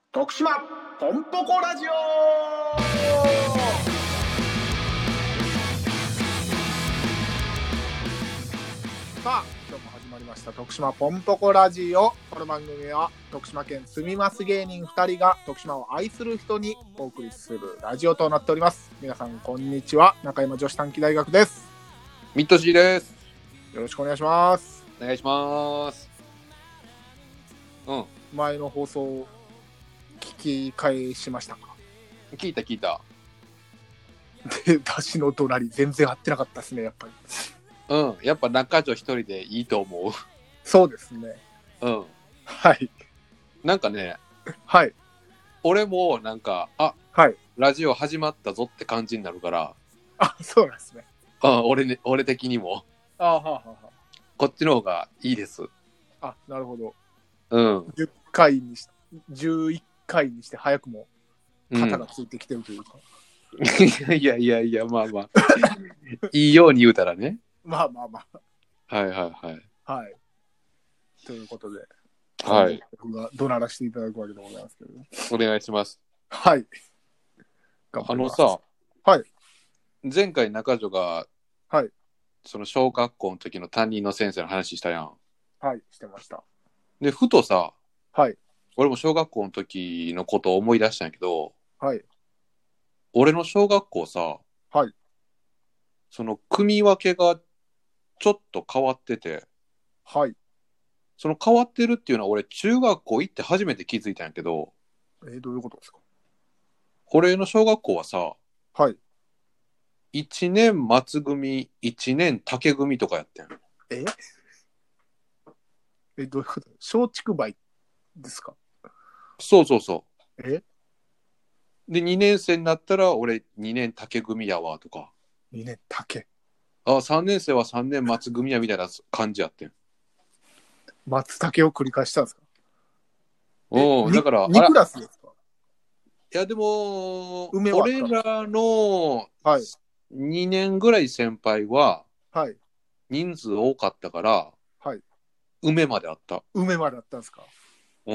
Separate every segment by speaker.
Speaker 1: 徳島ポンポコラジオ。さあ今日も始まりました徳島ポンポコラジオ。この番組は徳島県住みます芸人2人が徳島を愛する人にお送りするラジオとなっております。皆さんこんにちは、中山女子短期大学です。
Speaker 2: ミッドシーです。
Speaker 1: よろしくお願いします。
Speaker 2: お願いします。
Speaker 1: 前の放送聞き返しましたか？
Speaker 2: 聞いた。
Speaker 1: で、出しの隣全然合ってなかったですね、やっぱり。
Speaker 2: やっぱ中条一人でいいと思
Speaker 1: そうですね。
Speaker 2: う。
Speaker 1: はい。
Speaker 2: なんかね、
Speaker 1: はい。
Speaker 2: 俺もなんか、
Speaker 1: はい。
Speaker 2: ラジオ始まったぞって感じになるから、
Speaker 1: そうなんですね。
Speaker 2: 俺的にも、
Speaker 1: は
Speaker 2: こっちの方がいいです。
Speaker 1: なるほど。
Speaker 2: 11
Speaker 1: 10回にして早くも肩がついてきてるというか。
Speaker 2: いや、まあ。いいように言うたらね。
Speaker 1: まあ。
Speaker 2: はい。
Speaker 1: はい。ということで、
Speaker 2: はい。
Speaker 1: 僕が怒鳴らせていただくわけでございますけど、ね。
Speaker 2: お願いします。
Speaker 1: はい。頑張ります。
Speaker 2: さ、
Speaker 1: はい。
Speaker 2: 前回中条が、
Speaker 1: はい。
Speaker 2: その小学校の時の担任の先生の話したやん。
Speaker 1: はい、してました。
Speaker 2: で、ふとさ、
Speaker 1: はい。
Speaker 2: 俺も小学校の時のことを思い出したんやけど、
Speaker 1: はい。
Speaker 2: 俺の小学校さ、
Speaker 1: はい。
Speaker 2: その組み分けがちょっと変わってて、
Speaker 1: はい。
Speaker 2: その変わってるっていうのは俺中学校行って初めて気づいたんやけど、
Speaker 1: どういうことですか？
Speaker 2: 俺の小学校はさ、
Speaker 1: はい。
Speaker 2: 1年松組、1年竹組とかやってん。
Speaker 1: どういうこと？松竹梅ですか？
Speaker 2: そう。で、2年生になったら俺2年竹組やわとか、
Speaker 1: 2年竹。
Speaker 2: 3年生は3年松組やみたいな感じやってん。
Speaker 1: 松茸を繰り返したんですか？
Speaker 2: だから、
Speaker 1: 2クラスですか？
Speaker 2: いやでも、
Speaker 1: 梅は
Speaker 2: 俺らの
Speaker 1: はい。
Speaker 2: 2年ぐらい先輩は
Speaker 1: はい。
Speaker 2: 人数多かったから、
Speaker 1: はい。
Speaker 2: 梅まであった。
Speaker 1: 梅まであったんですか？
Speaker 2: うん。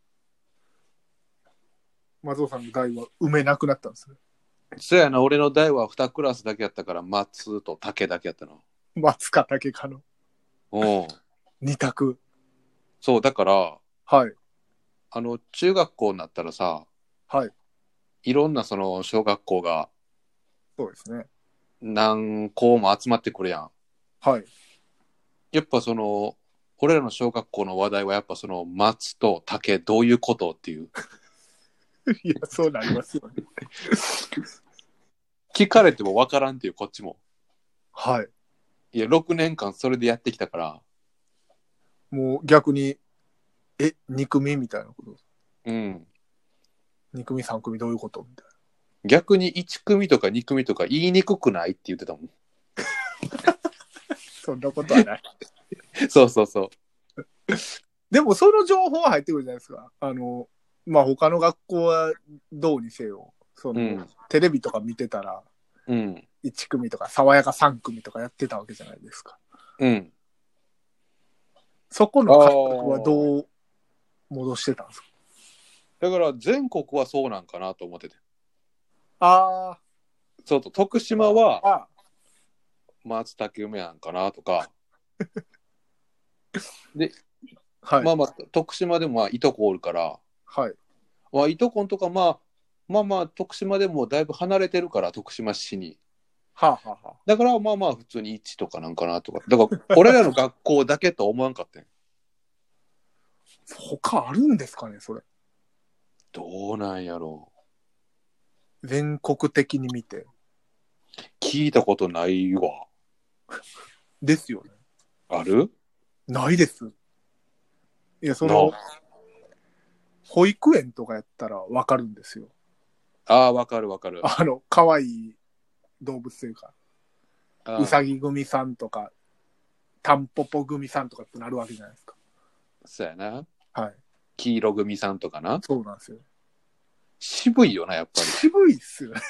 Speaker 1: 松尾さんの代は梅なくなったんですね。
Speaker 2: そやな、俺の代は2クラスだけやったから、松と竹だけやったな。
Speaker 1: 松か竹かの
Speaker 2: うん。
Speaker 1: 2択。
Speaker 2: そう、だから、
Speaker 1: はい。
Speaker 2: 中学校になったらさ、
Speaker 1: はい。
Speaker 2: いろんなその小学校が
Speaker 1: そうですね。
Speaker 2: 何校も集まってくるやん。
Speaker 1: はい。
Speaker 2: やっぱその、俺らの小学校の話題はやっぱその松と竹どういうことっていう。
Speaker 1: いや、そうなりますよね。
Speaker 2: 聞かれてもわからんっていうこっちも。
Speaker 1: はい。
Speaker 2: いや、6年間それでやってきたから。
Speaker 1: もう逆に、2組みたいなこと。
Speaker 2: うん。
Speaker 1: 2組、3組どういうことみたい
Speaker 2: 逆に1組とか2組とか言いにくくないって言ってたもん。
Speaker 1: な。そんなことはない。
Speaker 2: そう。
Speaker 1: でも、その情報は入ってくるじゃないですか。他の学校はどうにせよ、テレビとか見てたら、
Speaker 2: うん。
Speaker 1: 1組とか、爽やか3組とかやってたわけじゃないですか。
Speaker 2: うん。
Speaker 1: そこの感覚はどう戻してたんですか？
Speaker 2: だから全国はそうなんかなと思ってて。そうと、徳島は松茸梅なんかなとか。で、
Speaker 1: はい。
Speaker 2: 徳島でもいとこおるから、
Speaker 1: はい。
Speaker 2: いとこんとか徳島でもだいぶ離れてるから、徳島市に。だから普通に1とかなんかなとか。だから俺らの学校だけと思わんかったん。
Speaker 1: 他あるんですかね、それ。
Speaker 2: どうなんやろ
Speaker 1: う。全国的に見て。
Speaker 2: 聞いたことないわ。
Speaker 1: ですよね。
Speaker 2: ある？
Speaker 1: ないです。いや、保育園とかやったらわかるんですよ。
Speaker 2: わかる。
Speaker 1: 可愛い動物というか、うさぎ組さんとか、タンポポ組さんとかってなるわけじゃないですか。
Speaker 2: そうやな。
Speaker 1: はい。
Speaker 2: 黄色組さんとかな。
Speaker 1: そうなんですよ。
Speaker 2: 渋いよな、やっぱり。
Speaker 1: 渋いっすよね。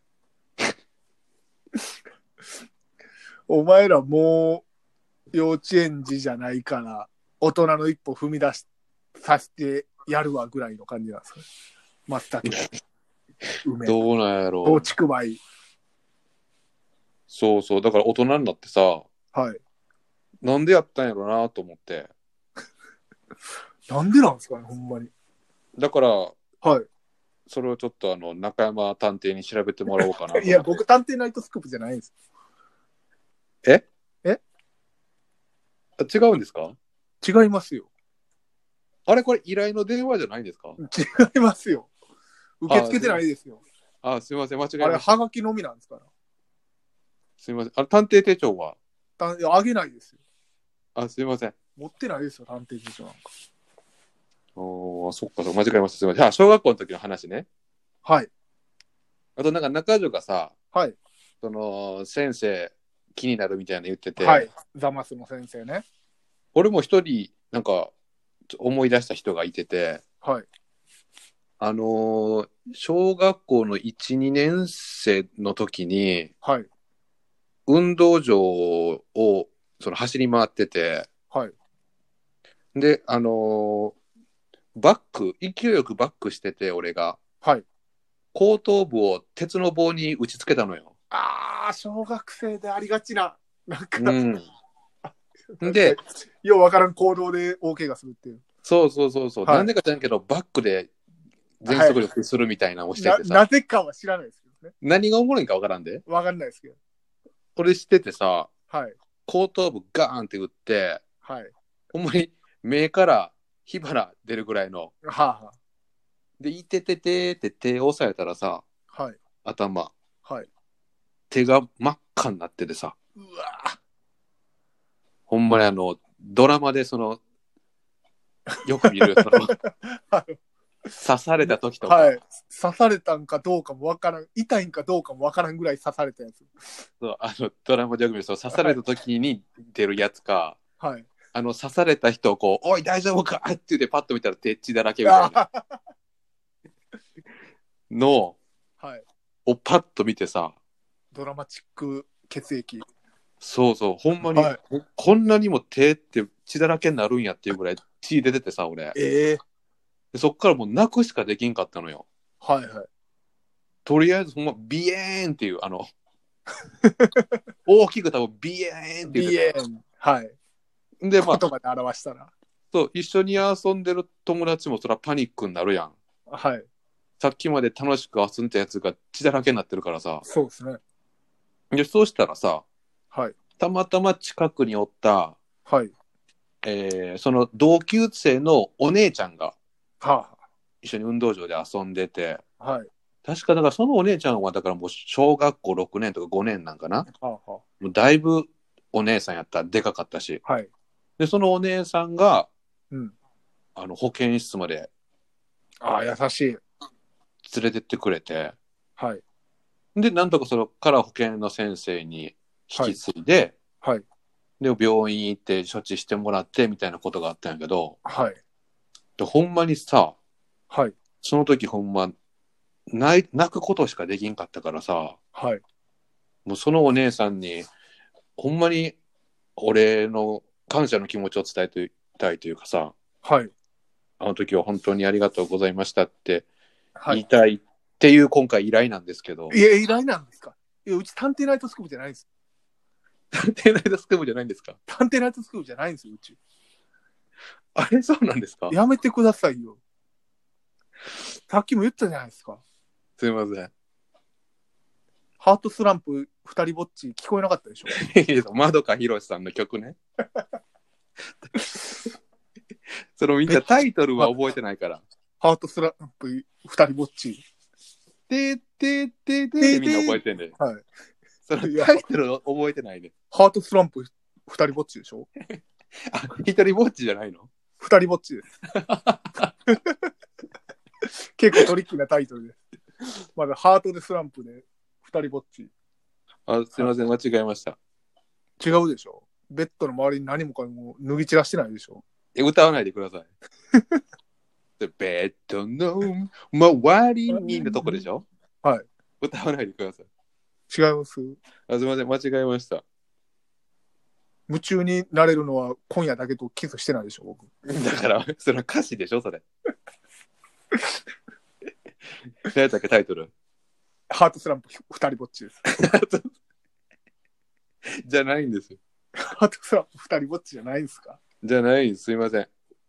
Speaker 1: お前らもう幼稚園児じゃないから、大人の一歩踏み出させてやるわぐらいの感じなんですかね。松茸、梅、
Speaker 2: どうなんやろ
Speaker 1: 松竹梅。
Speaker 2: そうそう。だから大人になってさ、
Speaker 1: はい。
Speaker 2: なんでやったんやろなと思って。
Speaker 1: なんでなんですかね、ほんまに。
Speaker 2: だから、
Speaker 1: はい。
Speaker 2: それをちょっと中山探偵に調べてもらおうかなと思って。
Speaker 1: いや、僕、探偵ナイトスクープじゃないんです。
Speaker 2: え
Speaker 1: え
Speaker 2: 違うんですか？
Speaker 1: 違いますよ。
Speaker 2: あれこれ依頼の電話じゃないんですか？
Speaker 1: 違いますよ。受け付けてないですよ。
Speaker 2: すいません、間違え
Speaker 1: あれ、
Speaker 2: ました。
Speaker 1: はがきのみなんですから。
Speaker 2: すいません。探偵手帳は？
Speaker 1: あげないですよ。
Speaker 2: すいません。
Speaker 1: 持ってないですよ、探偵事情なんか。
Speaker 2: そっか、間違えました。すいません。小学校の時の話ね。
Speaker 1: はい。
Speaker 2: あとなんか中条がさ、
Speaker 1: はい。
Speaker 2: その先生気になるみたいな言ってて、
Speaker 1: はい。ザマスの先生ね。
Speaker 2: 俺も一人なんか思い出した人がいてて、
Speaker 1: はい。
Speaker 2: 小学校の1、2年生の時に、
Speaker 1: はい。
Speaker 2: 運動場をその走り回ってて、
Speaker 1: はい。
Speaker 2: で、勢いよくバックしてて、俺が。
Speaker 1: はい。
Speaker 2: 後頭部を鉄の棒に打ちつけたのよ。
Speaker 1: ああ、小学生でありがちな、なんか、
Speaker 2: で、
Speaker 1: ようわからん行動で大怪我するっていう。
Speaker 2: そう、
Speaker 1: はい、
Speaker 2: なんでか知らんけど、バックで全速力するみたいなのをしててさ。
Speaker 1: なぜかは知らないですけどね。
Speaker 2: 何がおもろいんかわからんで。
Speaker 1: わかんないですけど。
Speaker 2: これ知っててさ、
Speaker 1: はい。
Speaker 2: 後頭部ガーンって打って、
Speaker 1: はい。
Speaker 2: ほんまに目から火花出るぐらいの。
Speaker 1: はあ、は
Speaker 2: で、いてててって手を押さえたらさ、
Speaker 1: あ、はい。
Speaker 2: 頭、
Speaker 1: はい。
Speaker 2: 手が真っ赤になっててさ、
Speaker 1: うわ
Speaker 2: ほんまにドラマでよく見る、
Speaker 1: はい、
Speaker 2: 刺された時とか、
Speaker 1: はい。刺されたんかどうかもわからん、痛いんかどうかもわからんぐらい刺されたやつ。
Speaker 2: そうドラマでよく見る、刺された時に出るやつか、
Speaker 1: はい。
Speaker 2: 刺された人をこう、おい大丈夫かって言ってパッと見たら手血だらけみたいなの
Speaker 1: はい。
Speaker 2: をパッと見てさ、
Speaker 1: ドラマチック血液。
Speaker 2: そう、ほんまに、
Speaker 1: はい、
Speaker 2: こんなにも手って血だらけになるんやっていうぐらい血出ててさ、俺。でそっからもう泣くしかできんかったのよ。
Speaker 1: はいはい。
Speaker 2: とりあえずほんまビエーンっていう大きく多分ビエーンって言ってた。
Speaker 1: はい。
Speaker 2: で、まあ、
Speaker 1: 言葉で表したら。
Speaker 2: そう、一緒に遊んでる友達もそらパニックになるやん。
Speaker 1: はい。
Speaker 2: さっきまで楽しく遊んだやつが血だらけになってるからさ。
Speaker 1: そうですね。
Speaker 2: で、そうしたらさ、
Speaker 1: はい。
Speaker 2: たまたま近くにおった、
Speaker 1: はい。
Speaker 2: その同級生のお姉ちゃんが
Speaker 1: は
Speaker 2: 一緒に運動場で遊んでて、
Speaker 1: あ。はい。
Speaker 2: 確かだからそのお姉ちゃんはだからもう小学校6年とか5年なんかな。
Speaker 1: はあはあ。
Speaker 2: もうだいぶお姉さんやったらでかかったし。
Speaker 1: はい。
Speaker 2: で、そのお姉さんが、
Speaker 1: うん。
Speaker 2: 保健室まで
Speaker 1: ああ、優しい。
Speaker 2: 連れてってくれて、
Speaker 1: はい。
Speaker 2: で、なんとかそれから保健の先生に引き継いで、
Speaker 1: はい。
Speaker 2: で、病院行って処置してもらってみたいなことがあったんやけど、
Speaker 1: はい。
Speaker 2: でほんまにさ、
Speaker 1: はい。
Speaker 2: その時ほんま、泣くことしかできんかったからさ、
Speaker 1: はい。
Speaker 2: もうそのお姉さんに、ほんまに俺の感謝の気持ちを伝えていたいというかさ、
Speaker 1: はい。
Speaker 2: あの時は本当にありがとうございましたって
Speaker 1: はい。
Speaker 2: 言いたいっていう今回依頼なんですけど。
Speaker 1: いや、依頼なんですか？いや、うち探偵ナイトスクープじゃないです。
Speaker 2: 探偵ナイトスクープじゃないんですか？
Speaker 1: 探偵ナイトスクープじゃないんですよ、うち。
Speaker 2: あれ、そうなんですか？
Speaker 1: やめてくださいよ。さっきも言ったじゃないですか。
Speaker 2: すいません。
Speaker 1: ハートスランプ二人ぼっち聞こえなかったでしょ？
Speaker 2: まどかひろしさんの曲ね。そのみんなタイトルは覚えてないから。
Speaker 1: ハートスランプ二人ぼっち。
Speaker 2: てってってってみんな覚えてんね。
Speaker 1: はい。
Speaker 2: そのタイトル覚えてないね。
Speaker 1: ハートスランプ二人ぼっちでしょ？
Speaker 2: 一人ぼっちじゃないの？
Speaker 1: 二人ぼっちです。結構トリッキーなタイトルです。まだハートでスランプで二人ぼっち。
Speaker 2: すいません、間違えました。
Speaker 1: 違うでしょ？ベッドの周りに何もかも脱ぎ散らしてないでしょ？
Speaker 2: 歌わないでください。ベッドの周りにのとこでしょ？
Speaker 1: はい。
Speaker 2: 歌わないでください。
Speaker 1: 違います。
Speaker 2: すいません、間違えました。
Speaker 1: 夢中になれるのは今夜だけとキスしてないでしょ、僕。
Speaker 2: だから、それは歌詞でしょ、それ。 何やったっけタイトル。
Speaker 1: ハートスランプ二人ぼっちです。
Speaker 2: じゃないんですよ。
Speaker 1: ハートスランプ二人ぼっちじゃないんですか？
Speaker 2: じゃないんです。すいません。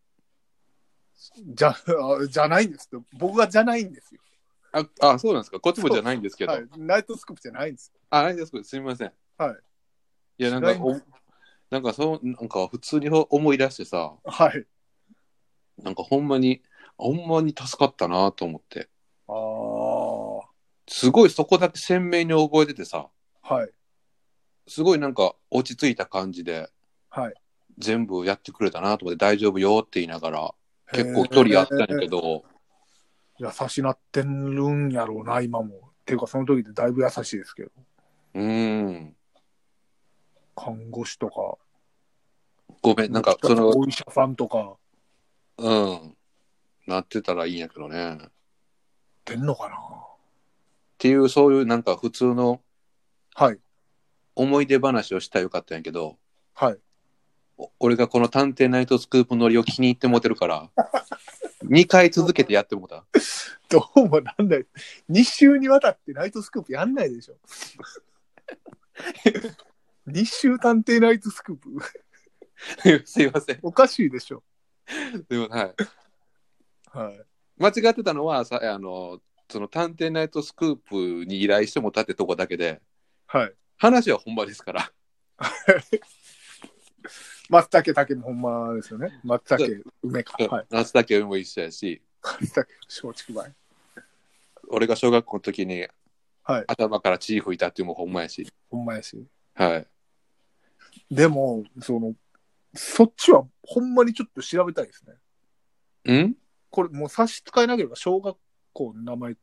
Speaker 1: じゃないんですよ。僕がじゃないんですよ。
Speaker 2: そうなんですか。こっちもじゃないんですけど。
Speaker 1: はい、ナイトスクープじゃないんですよ。
Speaker 2: ナイトスクープ、すみません。
Speaker 1: はい。
Speaker 2: いや、なんか普通に思い出してさ、
Speaker 1: はい。
Speaker 2: なんかほんまに助かったなと思って。すごいそこだけ鮮明に覚えててさ、
Speaker 1: はい。
Speaker 2: すごいなんか落ち着いた感じで、
Speaker 1: はい。
Speaker 2: 全部やってくれたなと思って、大丈夫よって言いながら、結構距離あったんやけど、
Speaker 1: 優しなってるんやろうな、今も。っていうか、その時ってだいぶ優しいですけど。看護師とか。
Speaker 2: ごめん、なんかその。
Speaker 1: お医者さんとか。
Speaker 2: なってたらいいんやけどね。
Speaker 1: 出んのかな
Speaker 2: っていう、そういうなんか普通の。
Speaker 1: はい。
Speaker 2: 思い出話をしたらよかったんやけど。
Speaker 1: はい。
Speaker 2: 俺がこの探偵ナイトスクープノリを気に入ってもてるから、2回続けてやってもた。
Speaker 1: どうもなんだよ。2週にわたってナイトスクープやんないでしょ。2週探偵ナイトスクー
Speaker 2: プすいません。
Speaker 1: おかしいでしょ。
Speaker 2: でも、はい。
Speaker 1: はい。
Speaker 2: 間違ってたのはその探偵ナイトスクープに依頼してもたってとこだけで、
Speaker 1: はい。
Speaker 2: 話は本場ですから。
Speaker 1: 松茸竹もほんまですよね。松茸梅か。はい。
Speaker 2: 松茸梅も一緒やし。
Speaker 1: 松茸松竹梅。
Speaker 2: 俺が小学校の時に、
Speaker 1: はい、
Speaker 2: 頭から血吹いたっていうのもほんまやし。
Speaker 1: ほんまやし。
Speaker 2: はい。
Speaker 1: でもそっちはほんまにちょっと調べたいですね。これもう差し支えなければ小学校の名前って。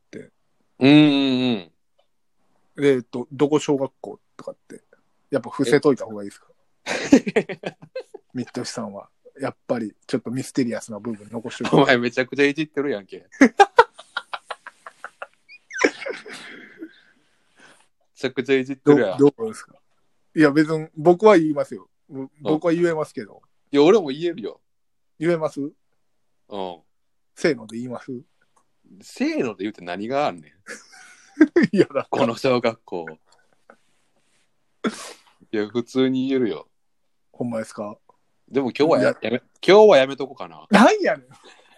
Speaker 1: どこ小学校とかって、やっぱ伏せといた方がいいですか？ミッドシさんは。やっぱりちょっとミステリアスな部分残しておいて。
Speaker 2: お前めちゃくちゃいじってるやんけ。めちゃくちゃいじってるやん。
Speaker 1: どうですか？いや別に僕は言いますよ。僕は言えますけど。
Speaker 2: いや俺も言えるよ。
Speaker 1: 言えます？せーので言います？
Speaker 2: せーので言うて何があんねん。
Speaker 1: いやだ
Speaker 2: この小学校。いや普通に言えるよ。
Speaker 1: ほんまですか？
Speaker 2: でも今日はやめとこうかな。
Speaker 1: なんやねん。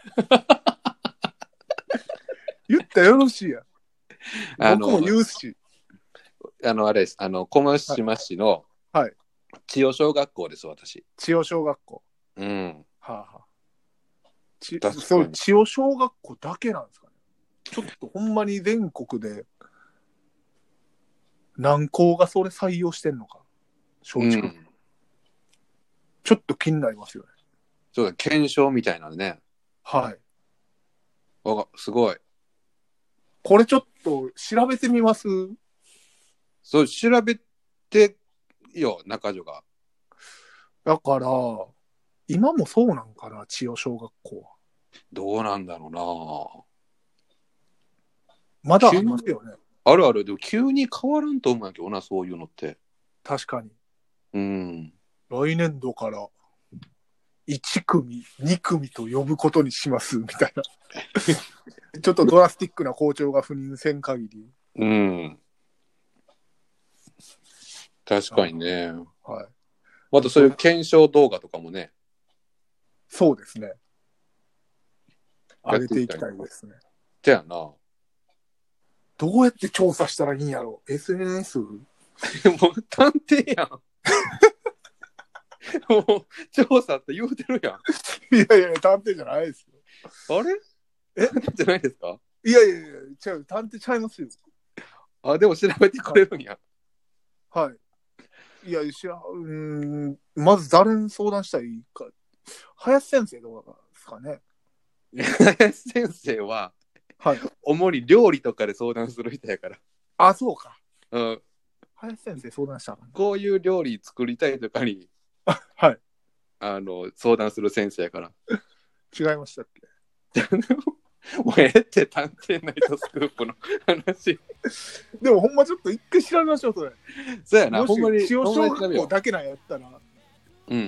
Speaker 1: 言ったらよろしいやん。僕も言うし。
Speaker 2: あれです。小島市の千代小学校です、私。
Speaker 1: 千代小学校。
Speaker 2: うん。
Speaker 1: はあはあ。そう、千代小学校だけなんですかね。ちょっとほんまに全国で何校がそれ採用してんのか。正直。ちょっと気になりますよね。
Speaker 2: そうだ、検証みたいなね。
Speaker 1: はい。
Speaker 2: すごい。
Speaker 1: これちょっと調べてみます？
Speaker 2: そう、調べてよ、中女が。
Speaker 1: だから、今もそうなんかな、千代小学校は。
Speaker 2: どうなんだろ
Speaker 1: うな。まだありますよね。
Speaker 2: あるある。でも急に変わらんと思うんやけどな、そういうのって。
Speaker 1: 確かに。
Speaker 2: 来
Speaker 1: 年度から1組、2組と呼ぶことにしますみたいな。ちょっとドラスティックな校長が赴任せん限り。
Speaker 2: 確かにね。
Speaker 1: はい。
Speaker 2: またそういう検証動画とかもね。
Speaker 1: そうですね。上げていきたいですね。
Speaker 2: じゃあな。
Speaker 1: どうやって調査したらいいんやろ？ SNS？ も
Speaker 2: う探偵やん。もう調査って言うてるや
Speaker 1: ん。いや探偵じゃないです
Speaker 2: よ。あれ？探偵じゃないですか？
Speaker 1: いや違う、探偵ちゃいますよ。
Speaker 2: でも調べてくれるんや。
Speaker 1: はい。いやまず誰に相談したらいいか。林先生どうですかね？
Speaker 2: 林先生は、
Speaker 1: はい、
Speaker 2: 主に料理とかで相談する人やから。
Speaker 1: あ、そうか。
Speaker 2: 林
Speaker 1: 先生相談したの？
Speaker 2: こういう料理作りたいとかに、
Speaker 1: はい。
Speaker 2: 相談する先生やから。
Speaker 1: 違いましたっけ？
Speaker 2: もうって探偵ナイトスクープの話。
Speaker 1: でもほんまちょっと一回調べましょう、それ。
Speaker 2: そうやな、ほんまに。
Speaker 1: 千代小学校だけなんやったら、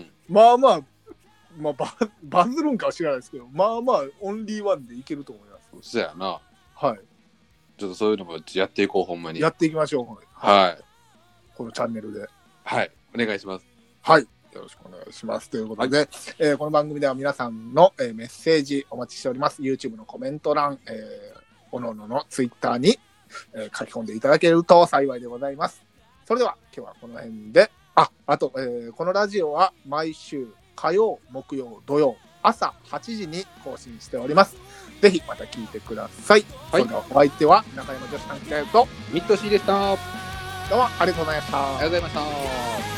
Speaker 1: まあバズるんかは知らないですけど、まあオンリーワンでいけると思います。
Speaker 2: そうやな。
Speaker 1: はい。
Speaker 2: ちょっとそういうのもやっていこう、ほんまに。
Speaker 1: やっていきましょう。
Speaker 2: はい。
Speaker 1: このチャンネルで。
Speaker 2: はい。お願いします。
Speaker 1: はい。よろしくお願いします。ということで、はい、この番組では皆さんの、メッセージお待ちしております。YouTube のコメント欄、おのおのの Twitter に、書き込んでいただけると幸いでございます。それでは今日はこの辺で、あと、このラジオは毎週火曜、木曜、土曜、朝8時に更新しております。ぜひまた聞いてください。はい、それではお相手は中山女子短期大学と
Speaker 2: ミッドシーでした。
Speaker 1: どうもありがとうございました。
Speaker 2: ありがとうございました。